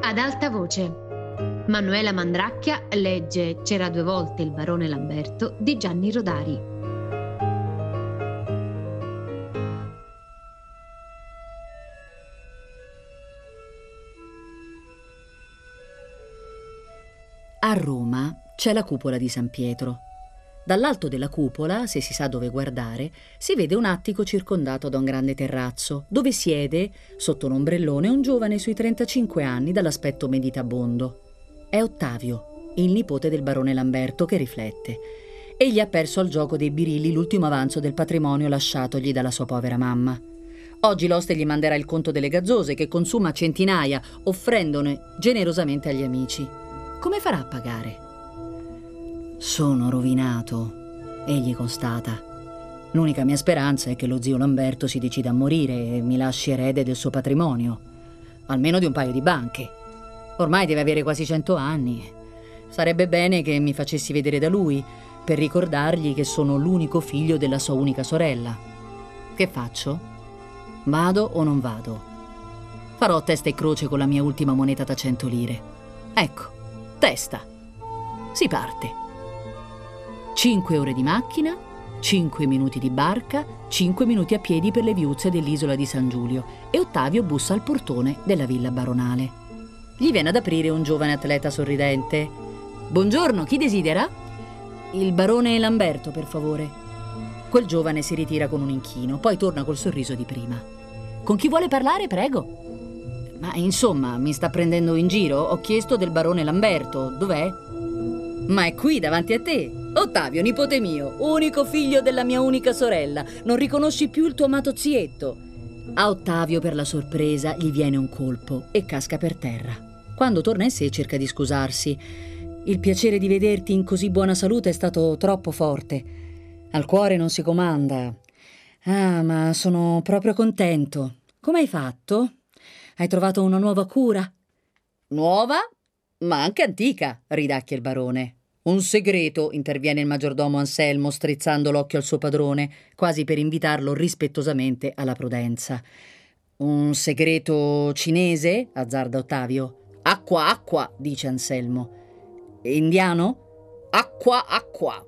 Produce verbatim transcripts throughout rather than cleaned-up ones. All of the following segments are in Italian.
Ad alta voce. Manuela Mandracchia legge C'era due volte il barone Lamberto di Gianni Rodari. A Roma c'è la cupola di San Pietro. Dall'alto della cupola, se si sa dove guardare, si vede un attico circondato da un grande terrazzo, dove siede, sotto un ombrellone, un giovane sui trentacinque anni dall'aspetto meditabondo. È Ottavio, il nipote del barone Lamberto, che riflette. Egli ha perso al gioco dei birilli l'ultimo avanzo del patrimonio lasciatogli dalla sua povera mamma. Oggi l'oste gli manderà il conto delle gazzose, che consuma centinaia, offrendone generosamente agli amici. Come farà a pagare? Sono rovinato, egli constata. L'unica mia speranza è che lo zio Lamberto si decida a morire e mi lasci erede del suo patrimonio, almeno di un paio di banche. Ormai deve avere quasi cento anni. Sarebbe bene che mi facessi vedere da lui per ricordargli che sono l'unico figlio della sua unica sorella. Che faccio? Vado o non vado? Farò testa e croce con la mia ultima moneta da cento lire. Ecco, testa. Si parte. Cinque ore di macchina, cinque minuti di barca, cinque minuti a piedi per le viuzze dell'isola di San Giulio e Ottavio bussa al portone della villa baronale. Gli viene ad aprire un giovane atleta sorridente. «Buongiorno, chi desidera?» «Il barone Lamberto, per favore». Quel giovane si ritira con un inchino, poi torna col sorriso di prima. «Con chi vuole parlare, prego?» «Ma insomma, mi sta prendendo in giro? Ho chiesto del barone Lamberto. Dov'è?» «Ma è qui, davanti a te. Ottavio, nipote mio, unico figlio della mia unica sorella. Non riconosci più il tuo amato zietto?» A Ottavio, per la sorpresa, gli viene un colpo e casca per terra. Quando torna in sé cerca di scusarsi. «Il piacere di vederti in così buona salute è stato troppo forte. Al cuore non si comanda. Ah, ma sono proprio contento. Come hai fatto? Hai trovato una nuova cura?» «Nuova? Ma anche antica», ridacchia il barone. «Un segreto», interviene il maggiordomo Anselmo, strizzando l'occhio al suo padrone, quasi per invitarlo rispettosamente alla prudenza. «Un segreto cinese?» azzarda Ottavio. «Acqua, acqua», dice Anselmo. «Indiano?» «Acqua, acqua».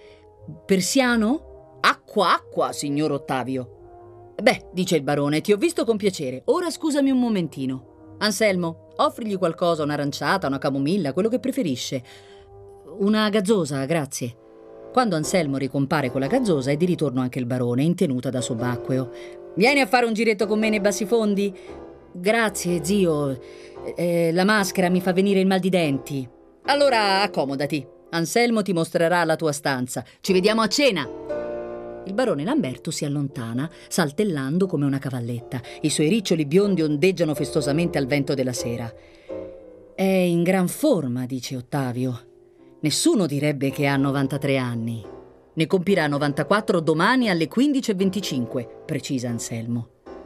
«Persiano?» «Acqua, acqua, signor Ottavio». «Beh», dice il barone, «ti ho visto con piacere. Ora scusami un momentino. Anselmo, offrigli qualcosa, un'aranciata, una camomilla, quello che preferisce. Una gazzosa, grazie». Quando Anselmo ricompare con la gazzosa è di ritorno anche il barone, in tenuta da subacqueo. «Vieni a fare un giretto con me nei bassifondi?» «Grazie, zio. Eh, la maschera mi fa venire il mal di denti». «Allora accomodati. Anselmo ti mostrerà la tua stanza. Ci vediamo a cena». Il barone Lamberto si allontana, saltellando come una cavalletta. I suoi riccioli biondi ondeggiano festosamente al vento della sera. «È in gran forma», dice Ottavio. «Nessuno direbbe che ha novantatré anni. Ne compirà novantaquattro domani alle quindici e venticinque», precisa Anselmo.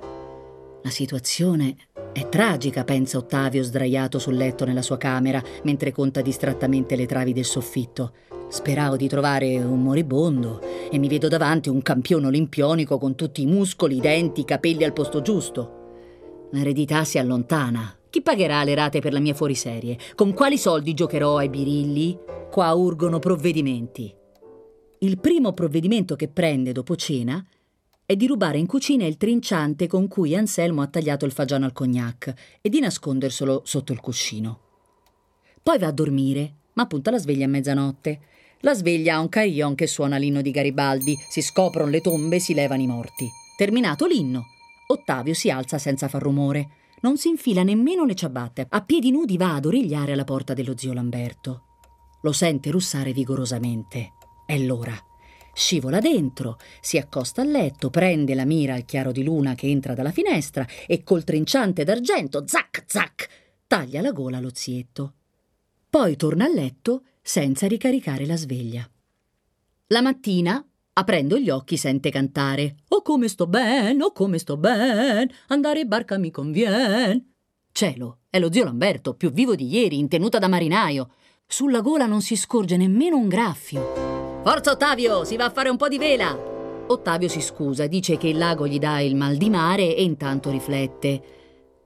La situazione è tragica, pensa Ottavio sdraiato sul letto nella sua camera, mentre conta distrattamente le travi del soffitto. «Speravo di trovare un moribondo e mi vedo davanti un campione olimpionico con tutti i muscoli, i denti, i capelli al posto giusto. L'eredità si allontana. Chi pagherà le rate per la mia fuoriserie? Con quali soldi giocherò ai birilli? Qua urgono provvedimenti». Il primo provvedimento che prende dopo cena è di rubare in cucina il trinciante con cui Anselmo ha tagliato il fagiano al cognac e di nasconderselo sotto il cuscino. Poi va a dormire, ma punta la sveglia a mezzanotte. La sveglia ha un carillon che suona l'inno di Garibaldi, si scoprono le tombe, si levano i morti. Terminato l'inno, Ottavio si alza senza far rumore. Non si infila nemmeno le ciabatte. A piedi nudi va ad origliare alla porta dello zio Lamberto. Lo sente russare vigorosamente. È l'ora. Scivola dentro, si accosta al letto, prende la mira al chiaro di luna che entra dalla finestra e col trinciante d'argento, zac zac, taglia la gola allo zietto. Poi torna a letto senza ricaricare la sveglia. La mattina, aprendo gli occhi, sente cantare: «Oh come sto ben, oh come sto ben, andare in barca mi convien». Cielo, è lo zio Lamberto, più vivo di ieri, in tenuta da marinaio. Sulla gola non si scorge nemmeno un graffio. «Forza Ottavio, si va a fare un po' di vela!» Ottavio si scusa, dice che il lago gli dà il mal di mare e intanto riflette: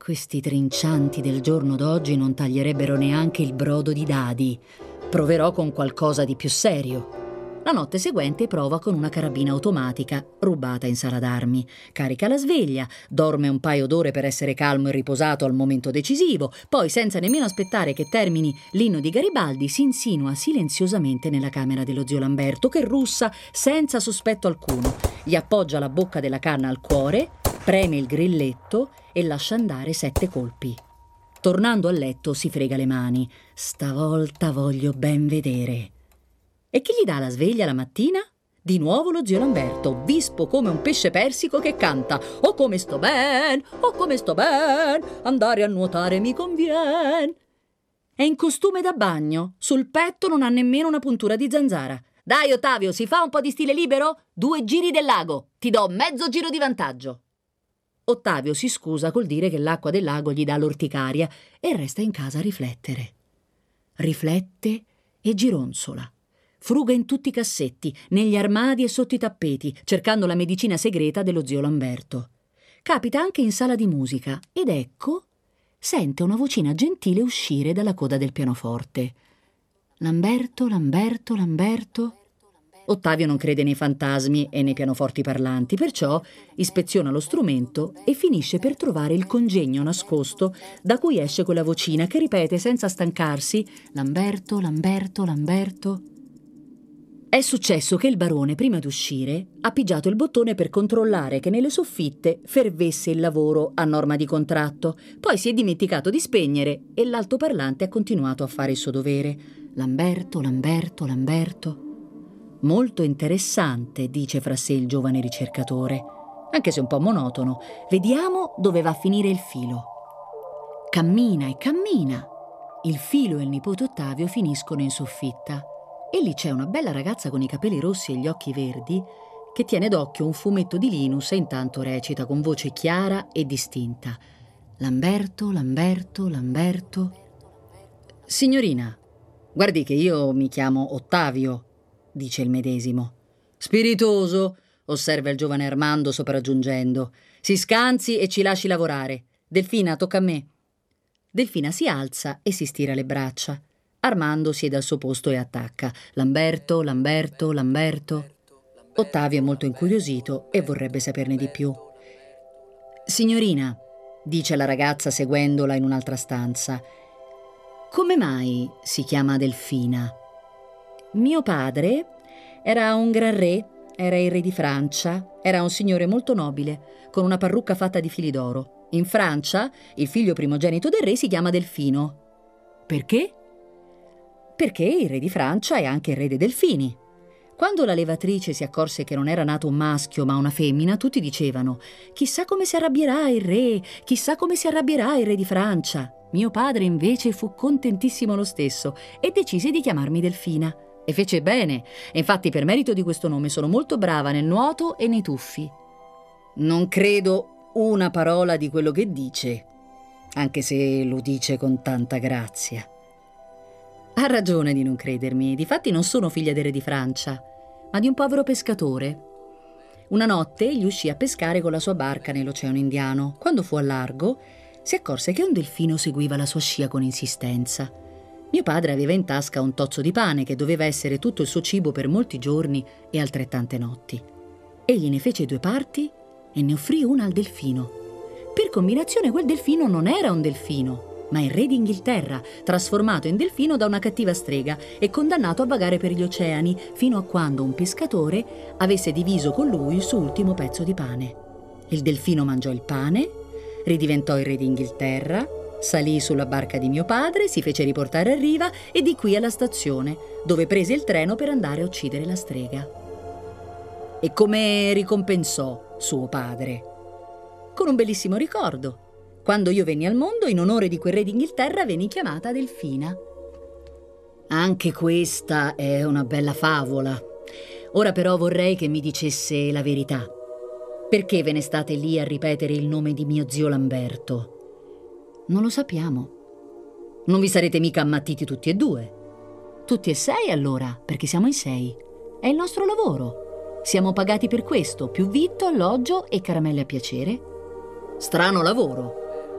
Questi trincianti del giorno d'oggi non taglierebbero neanche il brodo di dadi. Proverò con qualcosa di più serio. La notte seguente prova con una carabina automatica, rubata in sala d'armi. Carica la sveglia, dorme un paio d'ore per essere calmo e riposato al momento decisivo, poi, senza nemmeno aspettare che termini l'inno di Garibaldi, si insinua silenziosamente nella camera dello zio Lamberto, che russa senza sospetto alcuno. Gli appoggia la bocca della canna al cuore, preme il grilletto e lascia andare sette colpi. Tornando a letto si frega le mani. Stavolta voglio ben vedere. E chi gli dà la sveglia la mattina? Di nuovo lo zio Lamberto, vispo come un pesce persico che canta: «Oh come sto ben, oh come sto ben, andare a nuotare mi convien». È in costume da bagno, sul petto non ha nemmeno una puntura di zanzara. «Dai Ottavio, si fa un po' di stile libero? Due giri del lago, ti do mezzo giro di vantaggio». Ottavio si scusa col dire che l'acqua del lago gli dà l'orticaria e resta in casa a riflettere. Riflette e gironzola. Fruga in tutti i cassetti, negli armadi e sotto i tappeti, cercando la medicina segreta dello zio Lamberto. Capita anche in sala di musica ed ecco, sente una vocina gentile uscire dalla coda del pianoforte. Lamberto, Lamberto, Lamberto. Ottavio non crede nei fantasmi e nei pianoforti parlanti, perciò ispeziona lo strumento e finisce per trovare il congegno nascosto da cui esce quella vocina che ripete senza stancarsi: Lamberto, Lamberto, Lamberto. È successo che il barone, prima d'uscire, ha pigiato il bottone per controllare che nelle soffitte fervesse il lavoro a norma di contratto. Poi si è dimenticato di spegnere e l'altoparlante ha continuato a fare il suo dovere. Lamberto, Lamberto, Lamberto. Molto interessante, dice fra sé il giovane ricercatore, anche se un po' monotono. Vediamo dove va a finire il filo. Cammina e cammina. Il filo e il nipote Ottavio finiscono in soffitta. E lì c'è una bella ragazza con i capelli rossi e gli occhi verdi che tiene d'occhio un fumetto di Linus e intanto recita con voce chiara e distinta: Lamberto, Lamberto, Lamberto. Signorina, guardi che io mi chiamo Ottavio, dice il medesimo. Spiritoso, osserva il giovane Armando sopraggiungendo. Si scansi e ci lasci lavorare. Delfina, tocca a me. Delfina si alza e si stira le braccia. Armando siede al suo posto e attacca. Lamberto, Lamberto, Lamberto. Ottavio è molto incuriosito e vorrebbe saperne di più. Signorina, dice la ragazza seguendola in un'altra stanza, come mai si chiama Delfina? Mio padre era un gran re, era il re di Francia, era un signore molto nobile, con una parrucca fatta di fili d'oro. In Francia il figlio primogenito del re si chiama Delfino. Perché? Perché il re di Francia è anche il re dei delfini. Quando la levatrice si accorse che non era nato un maschio ma una femmina, tutti dicevano: chissà come si arrabbierà il re, chissà come si arrabbierà il re di Francia. Mio padre invece fu contentissimo lo stesso e decise di chiamarmi Delfina. E fece bene, e infatti per merito di questo nome sono molto brava nel nuoto e nei tuffi. Non credo una parola di quello che dice, anche se lo dice con tanta grazia. Ha ragione di non credermi, difatti non sono figlia del re di Francia, ma di un povero pescatore. Una notte egli uscì a pescare con la sua barca nell'Oceano Indiano. Quando fu al largo, si accorse che un delfino seguiva la sua scia con insistenza. Mio padre aveva in tasca un tozzo di pane che doveva essere tutto il suo cibo per molti giorni e altrettante notti. Egli ne fece due parti e ne offrì una al delfino. Per combinazione quel delfino non era un delfino, ma il re d'Inghilterra, trasformato in delfino da una cattiva strega e condannato a vagare per gli oceani fino a quando un pescatore avesse diviso con lui il suo ultimo pezzo di pane. Il delfino mangiò il pane, ridiventò il re d'Inghilterra, salì sulla barca di mio padre, si fece riportare a riva e di qui alla stazione, dove prese il treno per andare a uccidere la strega. E come ricompensò suo padre? Con un bellissimo ricordo. Quando io venni al mondo, in onore di quel re d'Inghilterra, venni chiamata Delfina. Anche questa è una bella favola. Ora però vorrei che mi dicesse la verità. Perché ve ne state lì a ripetere il nome di mio zio Lamberto? Non lo sappiamo. Non vi sarete mica ammattiti tutti e due? Tutti e sei allora, perché siamo in sei. È il nostro lavoro. Siamo pagati per questo, più vitto, alloggio e caramelle a piacere. Strano lavoro.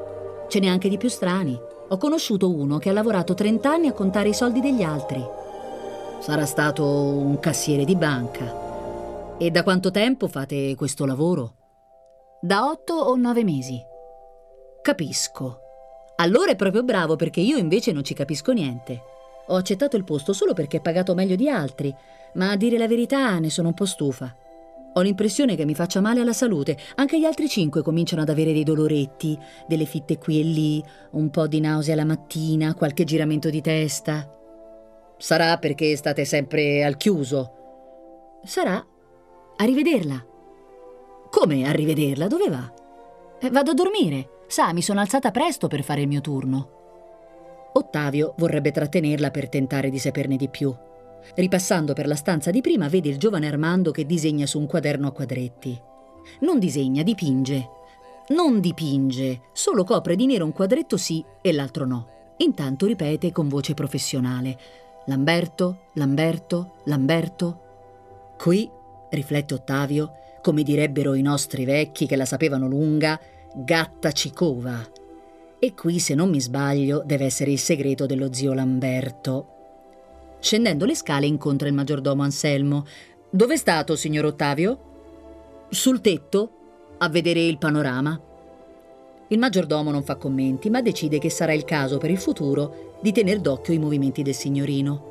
Ce n'è anche di più strani. Ho conosciuto uno che ha lavorato trenta anni a contare i soldi degli altri. Sarà stato un cassiere di banca. E da quanto tempo fate questo lavoro? Da otto o nove mesi. Capisco. Allora è proprio bravo, perché io invece non ci capisco niente. Ho accettato il posto solo perché è pagato meglio di altri, ma a dire la verità ne sono un po' stufa. Ho l'impressione che mi faccia male alla salute. Anche gli altri cinque cominciano ad avere dei doloretti, delle fitte qui e lì, un po' di nausea la mattina, qualche giramento di testa. Sarà perché state sempre al chiuso? Sarà. A rivederla. Come a rivederla? Dove va? Eh, vado a dormire. Sa, mi sono alzata presto per fare il mio turno. Ottavio vorrebbe trattenerla per tentare di saperne di più. Ripassando per la stanza di prima, vede il giovane Armando che disegna su un quaderno a quadretti. Non disegna, dipinge. Non dipinge, solo copre di nero un quadretto sì e l'altro no. Intanto ripete con voce professionale: Lamberto, Lamberto, Lamberto. Qui, riflette Ottavio, come direbbero i nostri vecchi che la sapevano lunga, gatta ci cova. E qui, se non mi sbaglio, deve essere il segreto dello zio Lamberto. Scendendo le scale incontra il maggiordomo Anselmo. Dove è stato, signor Ottavio? Sul tetto, a vedere il panorama. Il maggiordomo non fa commenti, ma decide che sarà il caso per il futuro di tener d'occhio i movimenti del signorino.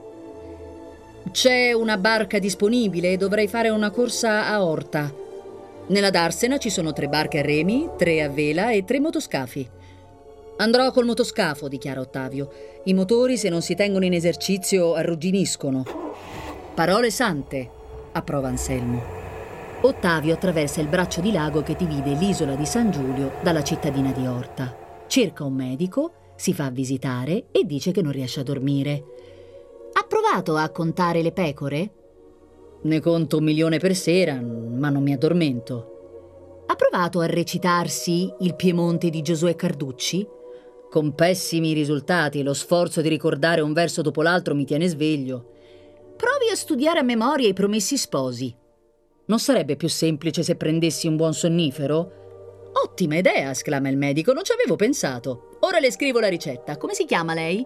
C'è una barca disponibile e dovrei fare una corsa a Orta. Nella Darsena ci sono tre barche a remi, tre a vela e tre motoscafi. Andrò col motoscafo, dichiara Ottavio. I motori, se non si tengono in esercizio, arrugginiscono. Parole sante, approva Anselmo. Ottavio attraversa il braccio di lago che divide l'isola di San Giulio dalla cittadina di Orta. Cerca un medico, si fa visitare e dice che non riesce a dormire. Ha provato a contare le pecore? Ne conto un milione per sera, ma non mi addormento. Ha provato a recitarsi il Piemonte di Giosuè Carducci? Con pessimi risultati, lo sforzo di ricordare un verso dopo l'altro mi tiene sveglio. Provi a studiare a memoria i Promessi Sposi. Non sarebbe più semplice se prendessi un buon sonnifero? Ottima idea, esclama il medico, non ci avevo pensato. Ora le scrivo la ricetta. Come si chiama lei?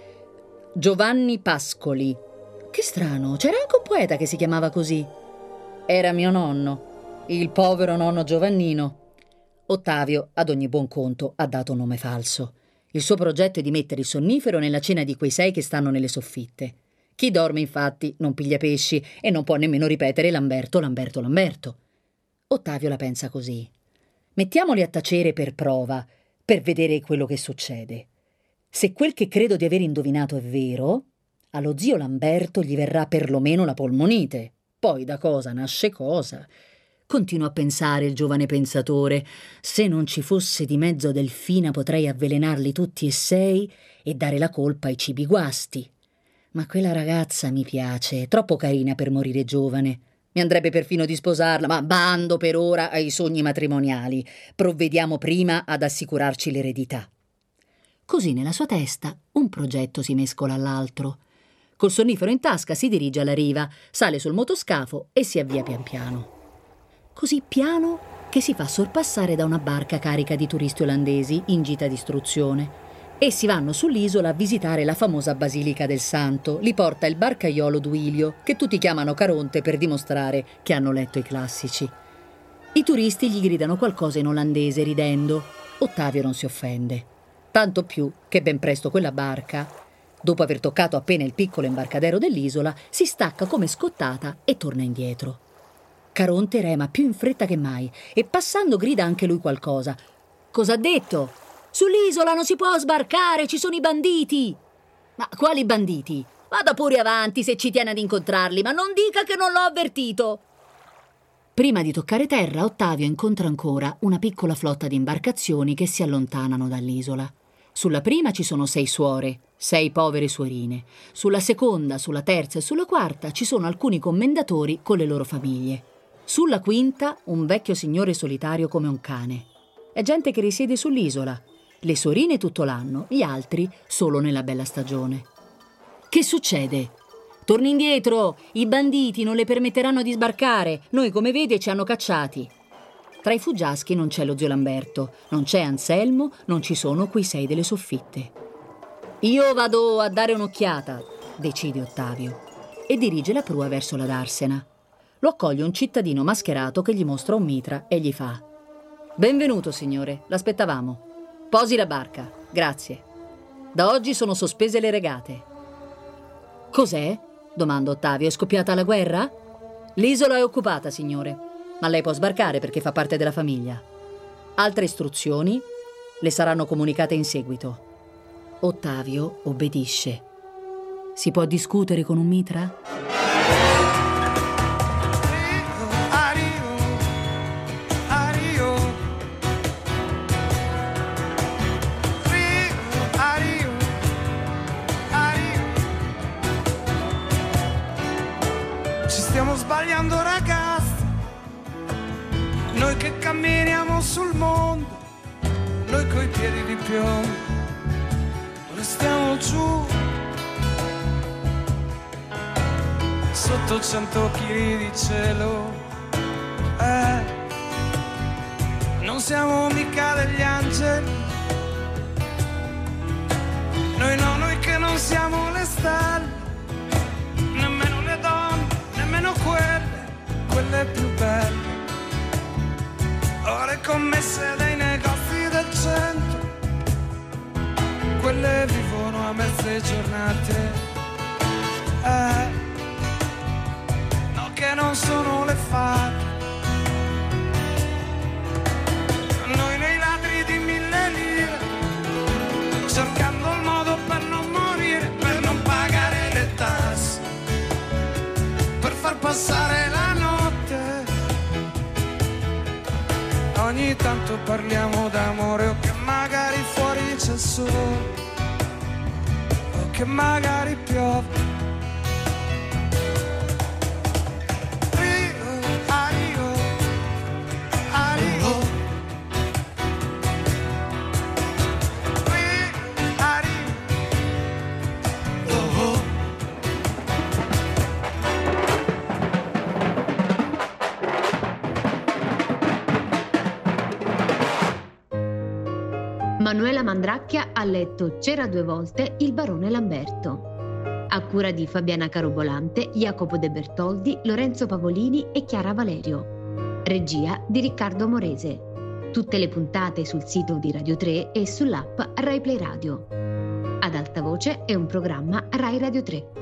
Giovanni Pascoli. Che strano, c'era anche un poeta che si chiamava così. Era mio nonno, il povero nonno Giovannino. Ottavio, ad ogni buon conto, ha dato un nome falso. Il suo progetto è di mettere il sonnifero nella cena di quei sei che stanno nelle soffitte. Chi dorme, infatti, non piglia pesci e non può nemmeno ripetere Lamberto, Lamberto, Lamberto. Ottavio la pensa così. Mettiamoli a tacere per prova, per vedere quello che succede. Se quel che credo di aver indovinato è vero, allo zio Lamberto gli verrà perlomeno la polmonite. Poi da cosa nasce cosa. Continua a pensare il giovane pensatore. Se non ci fosse di mezzo Delfina potrei avvelenarli tutti e sei e dare la colpa ai cibi guasti. Ma quella ragazza mi piace, è troppo carina per morire giovane. Mi andrebbe perfino di sposarla, ma bando per ora ai sogni matrimoniali. Provvediamo prima ad assicurarci l'eredità. Così nella sua testa un progetto si mescola all'altro. Col sonnifero in tasca si dirige alla riva, sale sul motoscafo e si avvia pian piano. Così piano che si fa sorpassare da una barca carica di turisti olandesi in gita di istruzione. Essi vanno sull'isola a visitare la famosa Basilica del Santo. Li porta il barcaiolo Duilio, che tutti chiamano Caronte per dimostrare che hanno letto i classici. I turisti gli gridano qualcosa in olandese ridendo. Ottavio non si offende. Tanto più che ben presto quella barca, dopo aver toccato appena il piccolo imbarcadero dell'isola, si stacca come scottata e torna indietro. Caronte rema più in fretta che mai e passando grida anche lui qualcosa. Cosa ha detto? Sull'isola non si può sbarcare, ci sono i banditi. Ma quali banditi? Vada pure avanti se ci tiene ad incontrarli, ma non dica che non l'ho avvertito. Prima di toccare terra, Ottavio incontra ancora una piccola flotta di imbarcazioni che si allontanano dall'isola. Sulla prima ci sono sei suore, sei povere suorine. Sulla seconda, sulla terza e sulla quarta ci sono alcuni commendatori con le loro famiglie. Sulla quinta un vecchio signore solitario come un cane. È gente che risiede sull'isola. Le suorine tutto l'anno, gli altri solo nella bella stagione. Che succede? Torni indietro! I banditi non le permetteranno di sbarcare. Noi, come vede, ci hanno cacciati. Tra i fuggiaschi non c'è lo zio Lamberto, non c'è Anselmo, non ci sono quei sei delle soffitte. Io vado a dare un'occhiata, decide Ottavio, e dirige la prua verso la darsena. Lo accoglie un cittadino mascherato che gli mostra un mitra e gli fa: «Benvenuto, signore, l'aspettavamo. Posi la barca, grazie. Da oggi sono sospese le regate». «Cos'è?» domanda Ottavio. «È scoppiata la guerra?» «L'isola è occupata, signore, ma lei può sbarcare perché fa parte della famiglia. Altre istruzioni le saranno comunicate in seguito». Ottavio obbedisce. Si può discutere con un mitra? Stiamo sbagliando, ragazzi, noi che camminiamo sul mondo, noi coi piedi di piombo, restiamo giù, sotto cento chili di cielo, eh, non siamo mica degli angeli, noi no, noi che non siamo le stelle, nemmeno le donne, nemmeno quelle, quelle più belle, ore commesse dai negozi del centro, quelle vivono a mezze giornate, eh, no che non sono le fate, noi nei ladri di mille lire, cercando il modo per non morire, per non pagare le tasse, per far passare la notte. Ogni tanto parliamo d'amore, o che magari fuori c'è sole, o che magari piove. Rio, a Rio, a Rio, Rio, a Rio, oh, oh. Manuela Mandracchia ha letto C'era due volte il barone Lamberto. A cura di Fabiana Carobolante, Jacopo De Bertoldi, Lorenzo Pavolini e Chiara Valerio. Regia di Riccardo Morese. Tutte le puntate sul sito di Radio tre e sull'app Rai Play Radio. Ad alta voce è un programma Rai Radio tre.